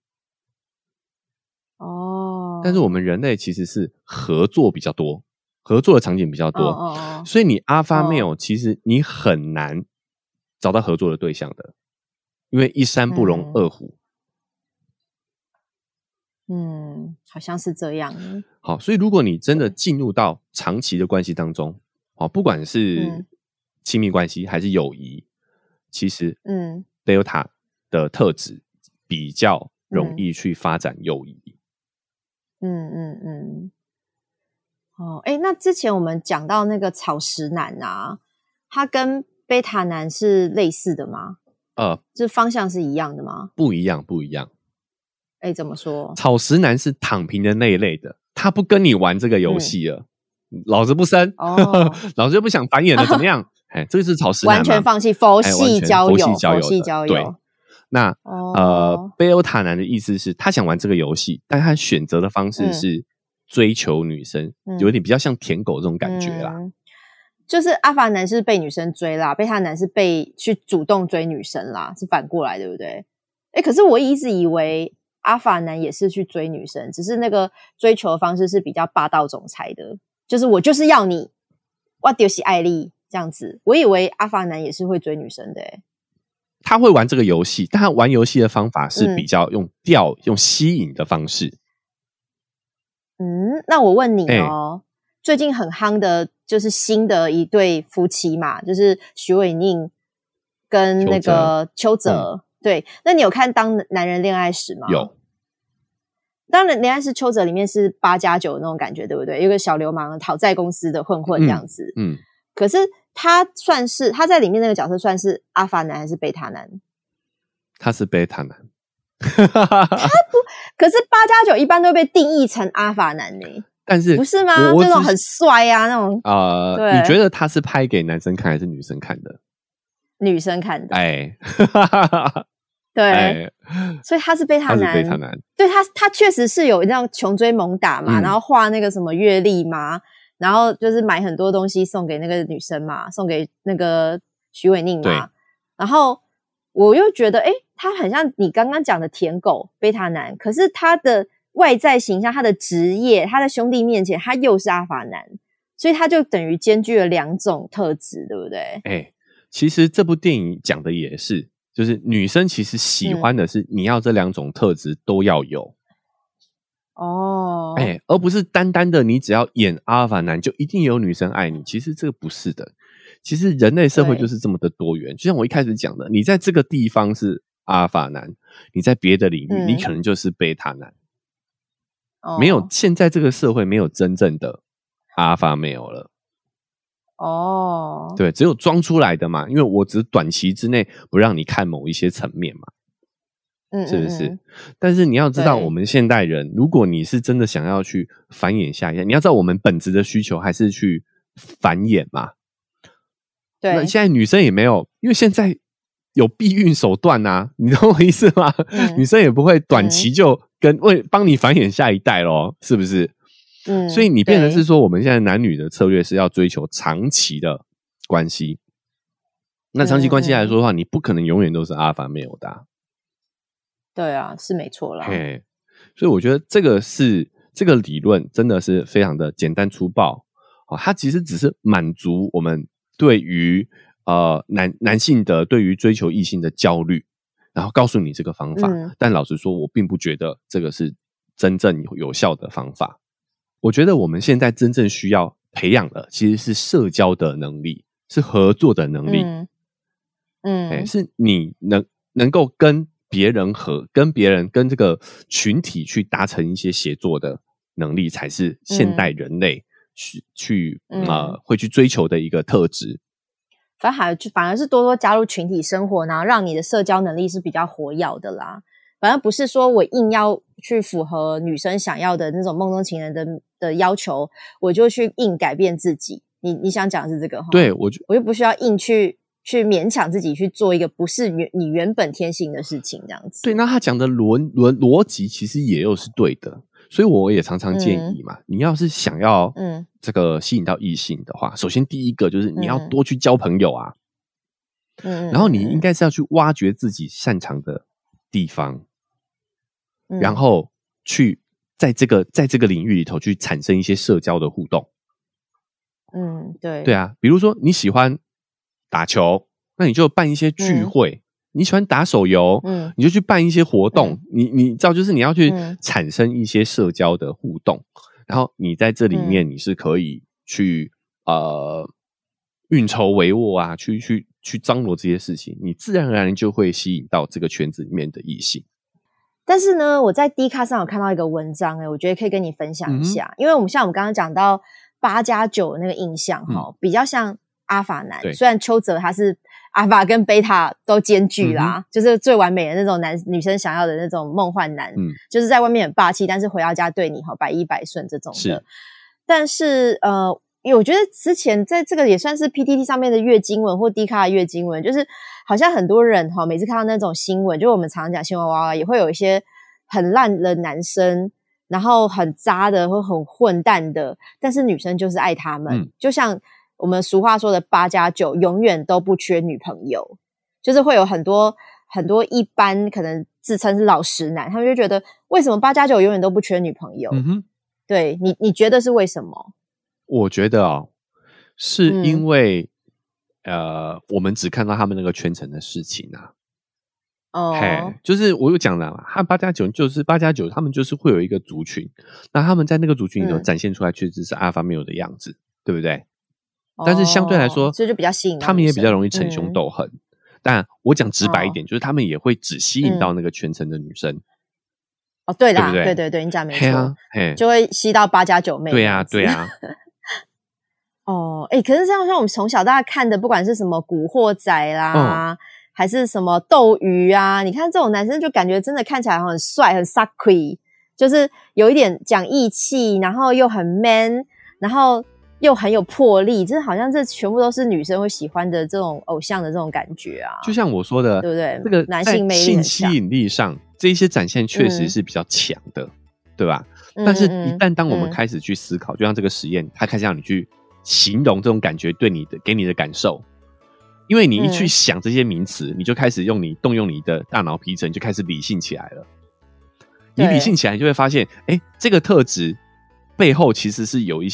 但是我们人类其实是合作比较多，合作的场景比较多。所以你 Alpha Male 其实你很难找到合作的对象的，因为一山不容二虎。 好像是这样。 好，所以如果你真的进入到长期的关系当中，不管是亲密关系还是友谊，其实Delta 的特质比较容易去发展友谊。 那之前我们讲到那个草食男啊，他跟贝塔男是类似的吗？这方向是一样的吗？ 不一样。 怎么说？ 草食男是躺平的那一类的，他不跟你玩这个游戏了，老子不生，老子就不想繁衍了，怎么样？这个是草食男完全放弃佛系交友， 对。那贝欧塔男的意思是他想玩这个游戏，但他选择的方式是追求女生，有点比较像舔狗这种感觉啦。 就是阿法男是被女生追啦，贝塔男是被去主动追女生啦，是反过来，对不对？可是我一直以为阿法男也是去追女生，只是那个追求的方式是比较霸道总裁的，就是我就是要你，我就是爱你这样子。我以为阿法男也是会追女生的。 他会玩这个游戏，但他玩游戏的方法是比较用吸引的方式。 那我问你最近很夯的就是新的一对夫妻嘛，就是许瑋甯跟那个邱泽。对，那你有看《当男人恋爱时》吗？ 有。 当然，恋爱是邱泽里面是8+9的那种感觉，对不对？有个小流氓讨债公司的混混这样子。可是他在里面那个角色算是阿法男还是贝塔男？ 他是贝塔男。 可是8+9一般都被定义成阿法男呢。 但是不是吗？这种很帅啊那种。 你觉得他是拍给男生看还是女生看的？ 女生看的。对，所以他是贝塔男。对，他确实是有这样穷追猛打嘛，然后画那个什么月历嘛，然后就是买很多东西送给那个女生嘛，送给那个许瑋甯嘛。然后我又觉得他很像你刚刚讲的舔狗贝塔男，可是他的外在形象，他的职业，他的兄弟面前他又是阿法男， 所以它就等于兼具了2种特质，对不对？ 其实这部电影讲的也是，就是女生其实喜欢的是你要这2种特质都要有。而不是单单的你只要演阿尔法男就一定有女生爱你，其实这个不是的。其实人类社会就是这么的多元，就像我一开始讲的，你在这个地方是阿尔法男，你在别的领域你可能就是贝塔男。没有，现在这个社会没有真正的阿尔法male了。对，只有装出来的嘛，因为我只是短期之内不让你看某一些层面嘛。是不是？但是你要知道，我们现代人，如果你是真的想要去繁衍下一代，你要知道我们本质的需求还是去繁衍嘛。对，那现在女生也没有，因为现在有避孕手段啊，你懂我意思吗？女生也不会短期就帮你繁衍下一代咯，是不是？所以你变成是说，我们现在男女的策略是要追求长期的关系。那长期关系来说的话，你不可能永远都是阿尔法male的。 对啊，是没错啦。 所以我觉得这个理论真的是非常的简单粗暴。它其实只是满足我们对于男性的对于追求异性的焦虑，然后告诉你这个方法。但老实说，我并不觉得这个是真正有效的方法。我觉得我们现在真正需要培养的其实是社交的能力，是合作的能力。是你能够跟别人跟这个群体去达成一些协作的能力，才是现代人类会去追求的一个特质。 反而是多加入群体生活，然后让你的社交能力是比较活跃的啦。反而不是说我硬要去符合女生想要的那种梦中情人的要求，我就去硬改变自己。你想讲的是这个？ 对， 我就不需要硬去勉强自己去做一个不是你原本天性的事情，这样子。 对，那他讲的逻辑其实也有是对的，所以我也常常建议嘛，你要是想要这个吸引到异性的话，首先第一个就是你要多去交朋友啊。然后你应该是要去挖掘自己擅长的地方，然后去在这个领域里头去产生一些社交的互动。对啊，比如说你喜欢打球，那你就办一些聚会。你喜欢打手游，你就去办一些活动。你知道，就是你要去产生一些社交的互动，然后你在这里面你是可以去运筹帷幄啊，去张罗这些事情，你自然而然就会吸引到这个圈子里面的异性。 但是呢，我在 Dcard 上有看到一个文章，我觉得可以跟你分享一下。因为我们刚刚讲到8+9的那个印象比较像阿法男，虽然邱泽他是阿法跟贝塔都兼具啦，就是最完美的那种女生想要的那种梦幻男，就是在外面很霸气，但是回到家对你百依百顺这种的。但是因为我觉得之前在这个也算是 PTT 上面的月经文或 Dcard 的月经文，就是好像很多人每次看到那种新闻，就我们常常讲新闻娃娃，也会有一些很烂的男生，然后很渣的或很混蛋的，但是女生就是爱他们。就像我们俗话说的8+9永远都不缺女朋友，就是会有很多一般可能自称是老实男，他们就觉得为什么8+9永远都不缺女朋友？对，你觉得是为什么？我觉得是因为我们只看到他们那个圈层的事情啊。就是我有讲了嘛，他8+9就是8+9，他们就是会有一个族群，那他们在那个族群里头展现出来确实是 Alpha male 的样子，对不对？但是相对来说， 所以就比较吸引他们也比较容易逞凶斗狠。但我讲直白一点，就是他们也会只吸引到那个圈层的女生。 对啦，对，你讲没错，就会吸到8+9妹。 对啊。 可是这样像我们从小大家看的，不管是什么古惑仔啦，还是什么斗鱼啊，你看这种男生就感觉真的看起来很帅，很 sucky， 就是有一点讲义气，然后又很 man， 然后又很有魄力，就是好像这全部都是女生会喜欢的这种偶像的这种感觉啊。 就像我说的， 对不对？ 这个男性魅力性吸引力上，这一些展现确实是比较强的，对吧？但是一旦当我们开始去思考，就像这个实验，它开始让你去形容这种感觉对你的给你的感受，因为你一去想这些名词，你就开始动用你的大脑皮层，就开始理性起来了。你理性起来，你就会发现，这个特质背后其实是有一些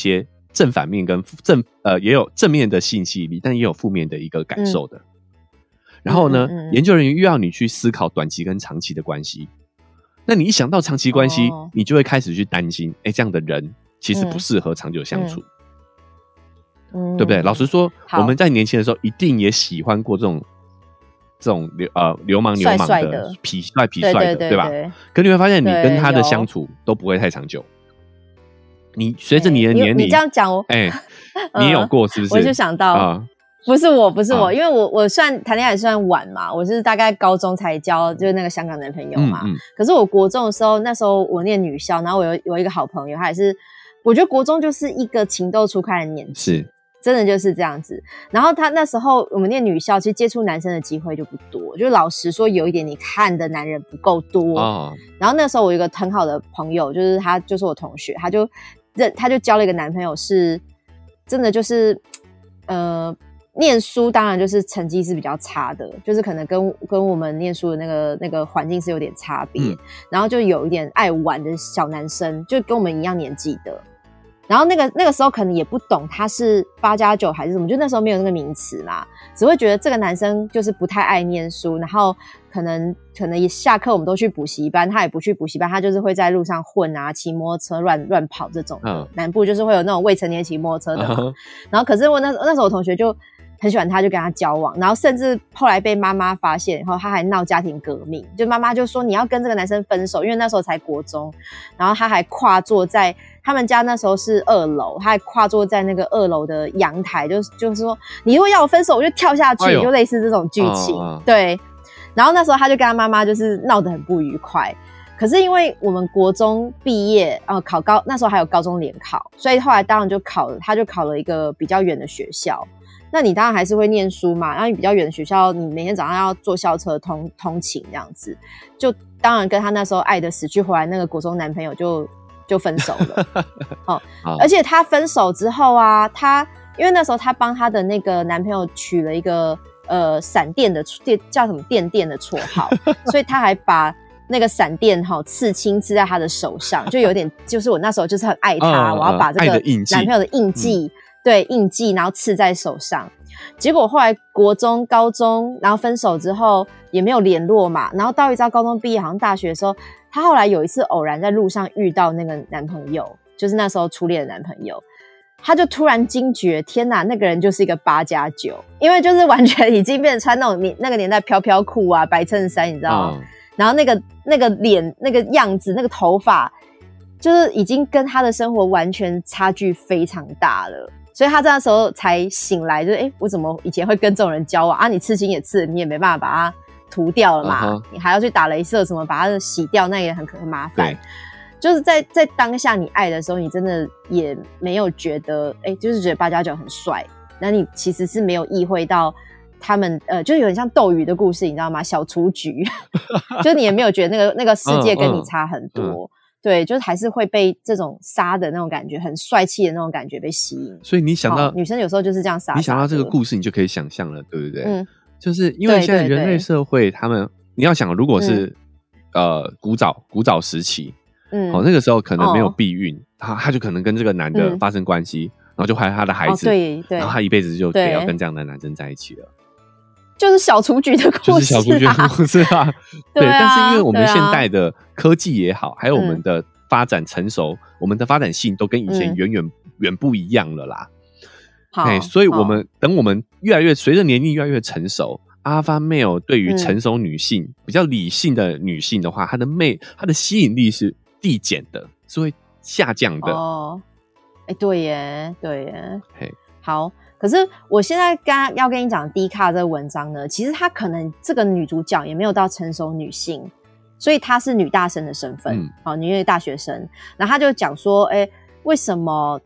正反面跟也有正面的性吸引力，但也有负面的一个感受的。然后呢，研究人员又要你去思考短期跟长期的关系。那你一想到长期关系，你就会开始去担心，这样的人其实不适合长久相处，对不对？老实说，我们在年轻的时候一定也喜欢过这种流氓帅帅的痞帅的，对吧？可你会发现，你跟他的相处都不会太长久。你随着你的年龄， 你这样讲， 你也有过是不是？ 我就想到，不是我，因为我算谈恋爱算晚嘛，我是大概高中才交就是那个香港男朋友嘛。可是我国中的时候，那时候我念女校，然后我有一个好朋友，他也是，我觉得国中就是一个情窦初开的年纪， 是真的就是这样子。然后他那时候我们念女校，其实接触男生的机会就不多，就老实说有一点你看的男人不够多。然后那时候我有一个很好的朋友，就是他就是我同学，他就交了一个男朋友，是真的就是念书当然就是成绩是比较差的，就是可能跟我们念书的那个环境是有点差别。然后就有一点爱玩的小男生，就跟我们一样年纪的。然后那个时候可能也不懂他是8+9还是什么，就那时候没有那个名词嘛，只会觉得这个男生就是不太爱念书，然后可能也下课我们都去补习班，他也不去补习班，他就是会在路上混啊，骑摩托车乱跑这种的。南部就是会有那种未成年骑摩托车的嘛。然后可是那时候我同学就很喜欢他，就跟他交往，然后甚至后来被妈妈发现以后，他还闹家庭革命，就妈妈就说你要跟这个男生分手，因为那时候才国中，然后他还跨坐在他们家那时候是2楼，他还跨坐在那个2楼的阳台，就是说你如果要我分手我就跳下去，就类似这种剧情。对，然后那时候他就跟他妈妈就是闹得很不愉快。可是因为我们国中毕业那时候还有高中联考，所以后来当然他就考了一个比较远的学校。那你当然还是会念书嘛，然后比较远的学校你每天早上要坐校车通勤这样子，就当然跟他那时候爱的死去活来那个国中男朋友就分手了。而且他分手之后啊，因为那时候他帮他的那个男朋友取了一个闪电的叫什么电的绰号，所以他还把那个闪电刺青刺在他的手上，就有点就是我那时候就是很爱他，我要把这个男朋友的印记对印记然后刺在手上。结果后来国中高中然后分手之后也没有联络嘛，然后到一直到高中毕业好像大学的时候，他后来有一次偶然在路上遇到那个男朋友，就是那时候初恋的男朋友，他就突然惊觉天哪，那个人就是一个8+9，因为就是完全已经变成穿那种那个年代飘飘裤啊白衬衫你知道吗？然后那个脸那个样子那个头发就是已经跟他的生活完全差距非常大了，所以他那时候才醒来，就是我怎么以前会跟这种人交往啊？你刺青也刺了，你也没办法把它涂掉了嘛，你还要去打雷射什么把它洗掉，那也很麻烦。就是在当下你爱的时候，你真的也没有觉得就是觉得8+9很帅，那你其实是没有意会到他们就有点像斗鱼的故事，你知道吗？小雏菊，就你也没有觉得那个世界跟你差很多。对，就是还是会被这种杀的那种感觉，很帅气的那种感觉被吸引。 所以你想到女生有时候就是这样杀， 你想到这个故事，你就可以想象了，对不对？就是因为现在人类社会，他们你要想，如果是古早时期，那个时候可能没有避孕，他就可能跟这个男的发生关系，然后就怀了他的孩子，对，然后他一辈子就得要跟这样的男生在一起了。 就是小雏菊的故事， 就是小雏菊的故事啊。对，但是因为我们现代的科技也好，还有我们的发展成熟，我们的发展性都跟以前远不一样了啦。所以我们随着年龄越来越成熟，Alpha Male 对于成熟女性比较理性的女性的话，她的吸引力是递减的，是会下降的。 对耶。好。可是我现在要跟你讲 Dcard 这个文章呢，其实她可能这个女主角也没有到成熟女性，所以她是女大生的身份，女大学生。然后她就讲说，为什么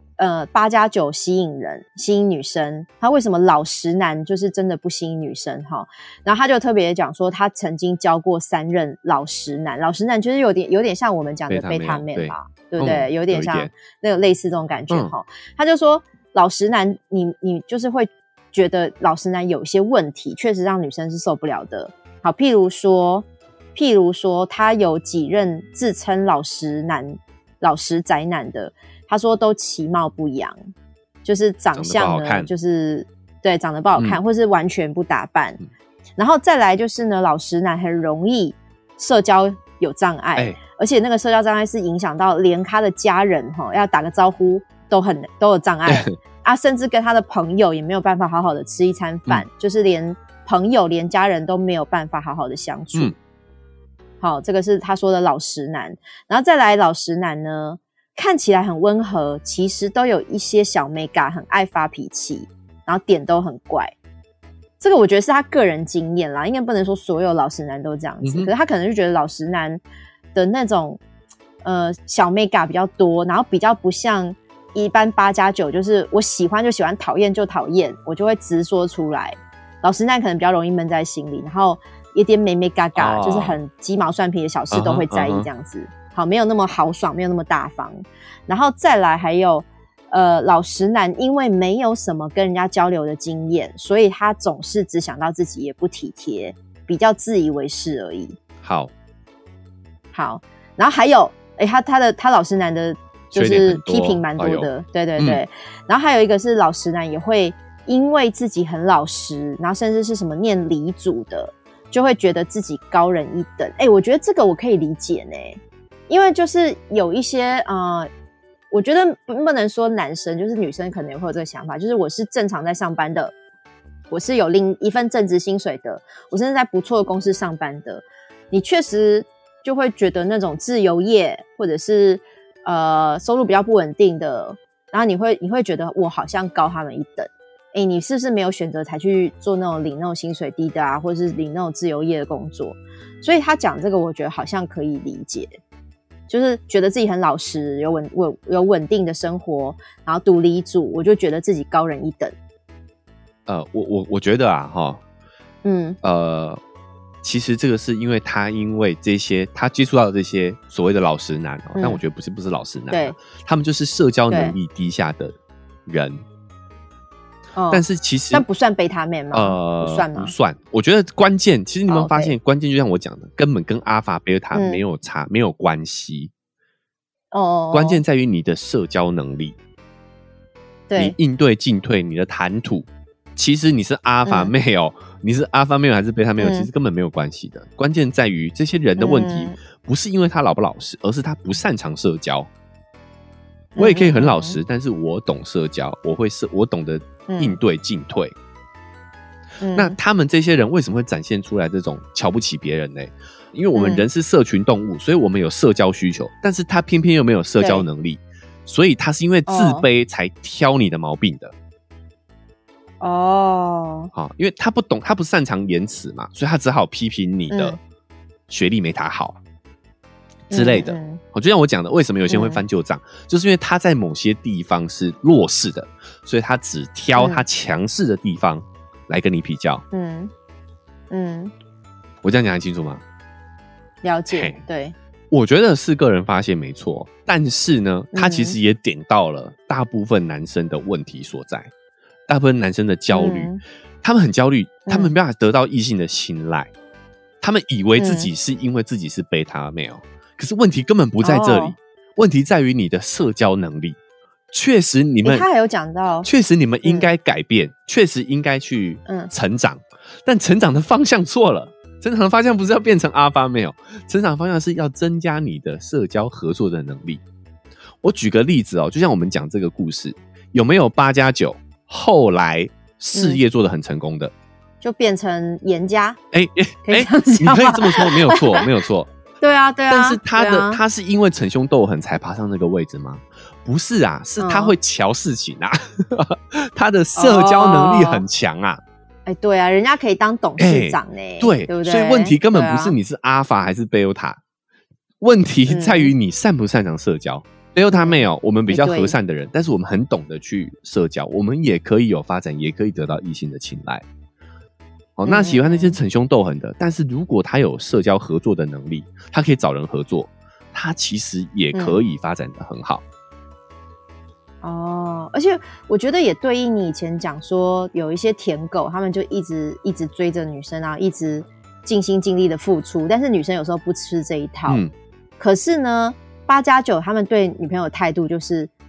8+9吸引女生，她为什么老实男就是真的不吸引女生哈？然后她就特别讲说，她曾经交过3任老实男就是有点像我们讲的贝塔妹嘛，对不对？有点像那个类似这种感觉哈。她就说。老实男你就是会觉得老实男有一些问题确实让女生是受不了的。好，譬如说他有几任自称老实宅男的，他说都其貌不扬， 就是长相呢就是对长得不好看，或是完全不打扮。然后再来就是呢，老实男很容易社交有障碍，而且那个社交障碍是影响到连他的家人要打个招呼都有障碍啊，甚至跟他的朋友也没有办法好好的吃一餐饭，就是连朋友连家人都没有办法好好的相处。好，这个是他说的老实男。然后再来老实男呢，看起来很温和，其实都有一些小美感，很爱发脾气，然后点都很怪。这个我觉得是他个人经验啦，应该不能说所有老实男都这样子，可是他可能就觉得老实男的那种小美感比较多，然后比较不像一般8+9，就是我喜欢就喜欢，讨厌就讨厌，我就会直说出来。老实男可能比较容易闷在心里，然后有点美美嘎嘎，就是很鸡毛蒜皮的小事都会在意这样子。好，没有那么豪爽，没有那么大方。然后再来还有老实男因为没有什么跟人家交流的经验，所以他总是只想到自己，也不体贴，比较自以为是而已。好，然后还有他老实男的就是批评蛮多的，对对对。然后还有一个是老实男也会因为自己很老实，然后甚至是什么念理组的，就会觉得自己高人一等。我觉得这个我可以理解呢，因为就是有一些我觉得不能说男生，就是女生可能也会有这个想法，就是我是正常在上班的，我是有另一份正职薪水的，我甚至在不错的公司上班的，你确实就会觉得那种自由业或者是收入比较不稳定的，然后你会觉得我好像高他们一等。你是不是没有选择才去做那种领那种薪水低的啊，或者是领那种自由业的工作？所以他讲这个我觉得好像可以理解，就是觉得自己很老实，有稳定的生活，然后读理组，我就觉得自己高人一等。 我觉得其实这个是因为这些他接触到的这些所谓的老实男但我觉得不是老实男他们就是社交能力低下的人。但是其实不算贝塔妹吗？不算吗？ 不算。我觉得关键，其实你有没有发现，关键就像我讲的，根本跟阿法贝塔没有差，没有关系。关键在于你的社交能力，你应对进退，你的谈吐。其实你是阿法妹你是阿法妹还是贝塔妹其实根本没有关系的。关键在于这些人的问题，不是因为他老不老实，而是他不擅长社交。我也可以很老实，但是我懂社交，我懂得应对进退。那他们这些人为什么会展现出来这种瞧不起别人呢？因为我们人是社群动物，所以我们有社交需求，但是他偏偏又没有社交能力，所以他是因为自卑才挑你的毛病的。因为他不懂，他不擅长言辞嘛，所以他只好批评你的学历没他好之类的。就像我讲的，为什么有些人会翻旧账，就是因为他在某些地方是弱势的，所以他只挑他强势的地方来跟你比较。我这样讲还清楚吗？ 了解。对， 我觉得是个人发现没错，但是呢，他其实也点到了大部分男生的问题所在，大部分男生的焦虑。他们很焦虑，他们没办法得到异性的青睐，他们以为自己是因为自己是贝塔妹可是问题根本不在这里，问题在于你的社交能力。确实你们他还有讲到， 确实你们应该改变，确实应该去成长，但成长的方向错了。成长的方向不是要变成阿发妹成长的方向是要增加你的社交合作的能力。我举个例子就像我们讲这个故事，有没有8+9后来事业做得很成功的， 就变成严家？ 你可以这么说，没有错，没有错。 对啊。 但是他是因为逞凶斗狠才爬上那个位置吗？不是啊，是他会瞧事情啊，他的社交能力很强啊。 对啊，人家可以当董事长对不对？所以问题根本不是你是阿法还是贝欧塔，问题在于你擅不擅长社交。贝欧塔妹我们比较和善的人，但是我们很懂得去社交，我们也可以有发展，也可以得到异性的青睐。那喜欢那些逞凶斗狠的，但是如果他有社交合作的能力，他可以找人合作，他其实也可以发展得很好。 而且我觉得也对应你以前讲说，有一些舔狗，他们就一直追着女生一直尽心尽力的付出，但是女生有时候不吃这一套。可是呢，8+9他们对女朋友的态度就是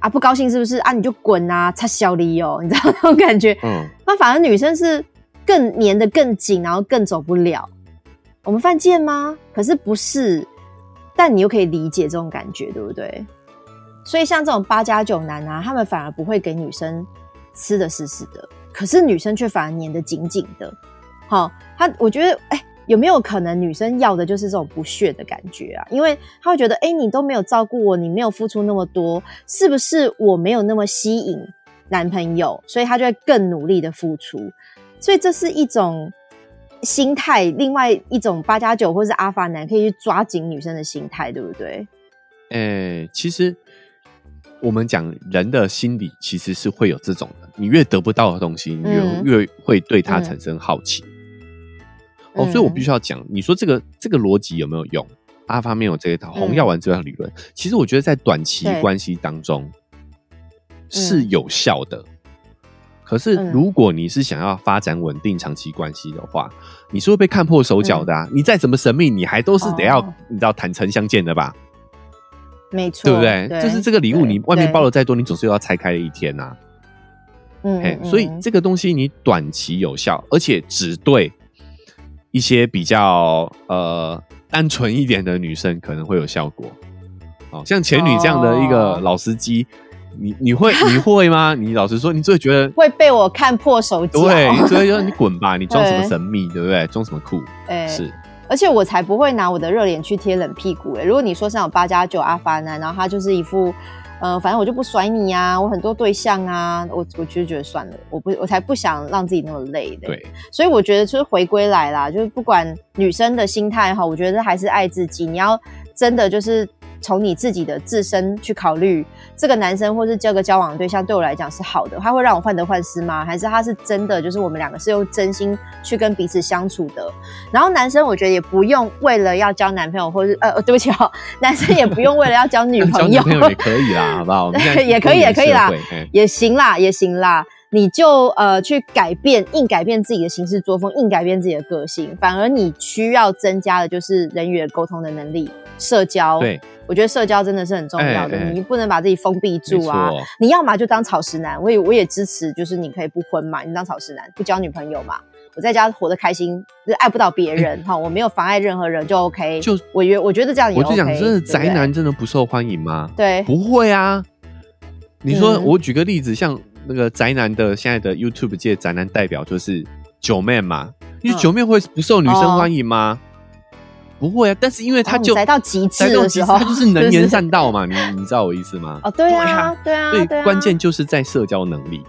啊，不高兴是不是啊？你就滚啊，擦小离哦，你知道那种感觉。那反而女生是更黏得更紧，然后更走不了。我们犯贱吗？可是不是，但你又可以理解这种感觉，对不对？所以像这种8+9男啊，他们反而不会给女生吃的死死的，可是女生却反而黏得紧紧的。好，我觉得，有没有可能女生要的就是这种不屑的感觉啊？因为她会觉得，你都没有照顾我，你没有付出那么多，是不是我没有那么吸引男朋友？所以她就会更努力的付出。所以这是一种心态，另外一种8+9或是阿法男可以去抓紧女生的心态，对不对？ 其实我们讲人的心理其实是会有这种的，你越得不到的东西，你越会对它产生好奇。所以我必须要讲，你说这个逻辑有没有用？阿法没有这一套红药丸这套理论，其实我觉得在短期关系当中是有效的。可是如果你是想要发展稳定长期关系的话，你是会被看破手脚的啊！你再怎么神秘，你还都是得要你知道坦诚相见的吧？ 没错， 对不对？就是这个礼物，你外面包了再多，你总是要拆开的一天啊。所以这个东西你短期有效，而且只对一些比较单纯一点的女生可能会有效果。像前女这样的一个老司机，你会吗？你老实说，你就会觉得会被我看破手脚。 对，你就会说你滚吧，你装什么神秘，对不对？装什么酷？是。 而且我才不会拿我的热脸去贴冷屁股如果你说像有8+9阿法男，然后他就是一副反正我就不甩你啊，我很多对象啊，我就觉得算了，我才不想让自己那么累的。 对， 所以我觉得就是回归来啦，就是不管女生的心态哈，我觉得还是爱自己，你要真的就是从你自己的自身去考虑，这个男生或是这个交往的对象对我来讲是好的，他会让我患得患失吗？还是他是真的就是我们两个是用真心去跟彼此相处的？然后男生我觉得也不用为了要交男朋友，或是对不起男生也不用为了要交女朋友， 交女朋友也可以啦，好不好？ 也可以啦，也行啦。你就去硬改变自己的行事作风，硬改变自己的个性，反而你需要增加的就是人与人沟通的能力，社交。 对， 我觉得社交真的是很重要的，你不能把自己封闭住啊。你要嘛就当草食男，我也支持，就是你可以不婚嘛，你当草食男，不交女朋友嘛，我在家活得开心，就是爱不到别人我没有妨碍任何人就 OK。就我觉得这样也 OK。我就讲， 真的宅男真的不受欢迎吗？ 对， 不会啊。你说我举个例子，像那个宅男的现在的 YouTube 界宅男代表就是九妹嘛，因为九妹会不受女生欢迎吗？不会啊，但是因为他就宅到极致的时候， 他就是能言善道嘛，你知道我意思吗？ 对啊， 所以关键就是在社交能力。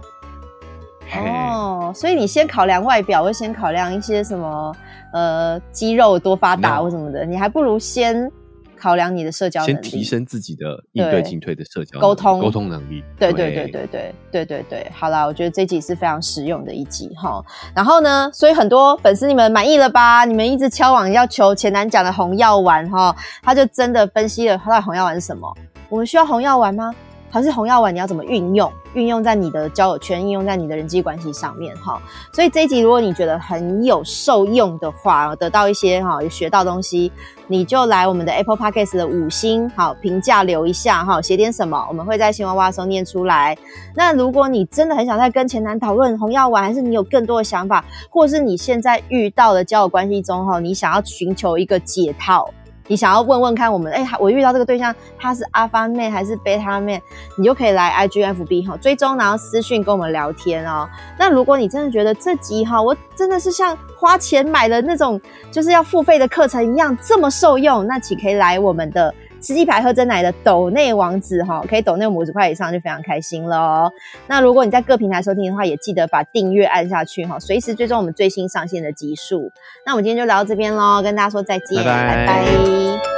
所以你先考量外表，或先考量一些什么肌肉多发达或什么的，你还不如先考量你的社交能力， 先提升自己的应对进退的社交沟通能力。 对，好啦，我觉得这一集是非常实用的一集齁。然后呢，所以很多粉丝你们满意了吧？你们一直敲碗要求前男讲的红药丸齁，他就真的分析了到底红药丸是什么。我们需要红药丸吗？还是红药丸你要怎么运用在你的交友圈，运用在你的人际关系上面齁。所以这一集如果你觉得很有受用的话，得到一些有学到东西，你就来我们的 Apple Podcast 的5星评价留一下写点什么，我们会在新娃娃的时候念出来。那如果你真的很想再跟前男讨论红药丸，还是你有更多的想法，或是你现在遇到的交友关系中你想要寻求一个解套，你想要问问看我们我遇到这个对象他是阿发妹还是贝塔妹，你就可以来 IGFB 追踪，然后私讯跟我们聊天那如果你真的觉得这集我真的是像花钱买的那种就是要付费的课程一样这么受用，那请可以来我们的吃鸡排喝真奶的抖内王子可以抖内50块以上就非常开心了那如果你在各平台收听的话，也记得把订阅按下去随时追踪我们最新上线的集数。那我们今天就聊到这边咯，跟大家说再见，拜拜。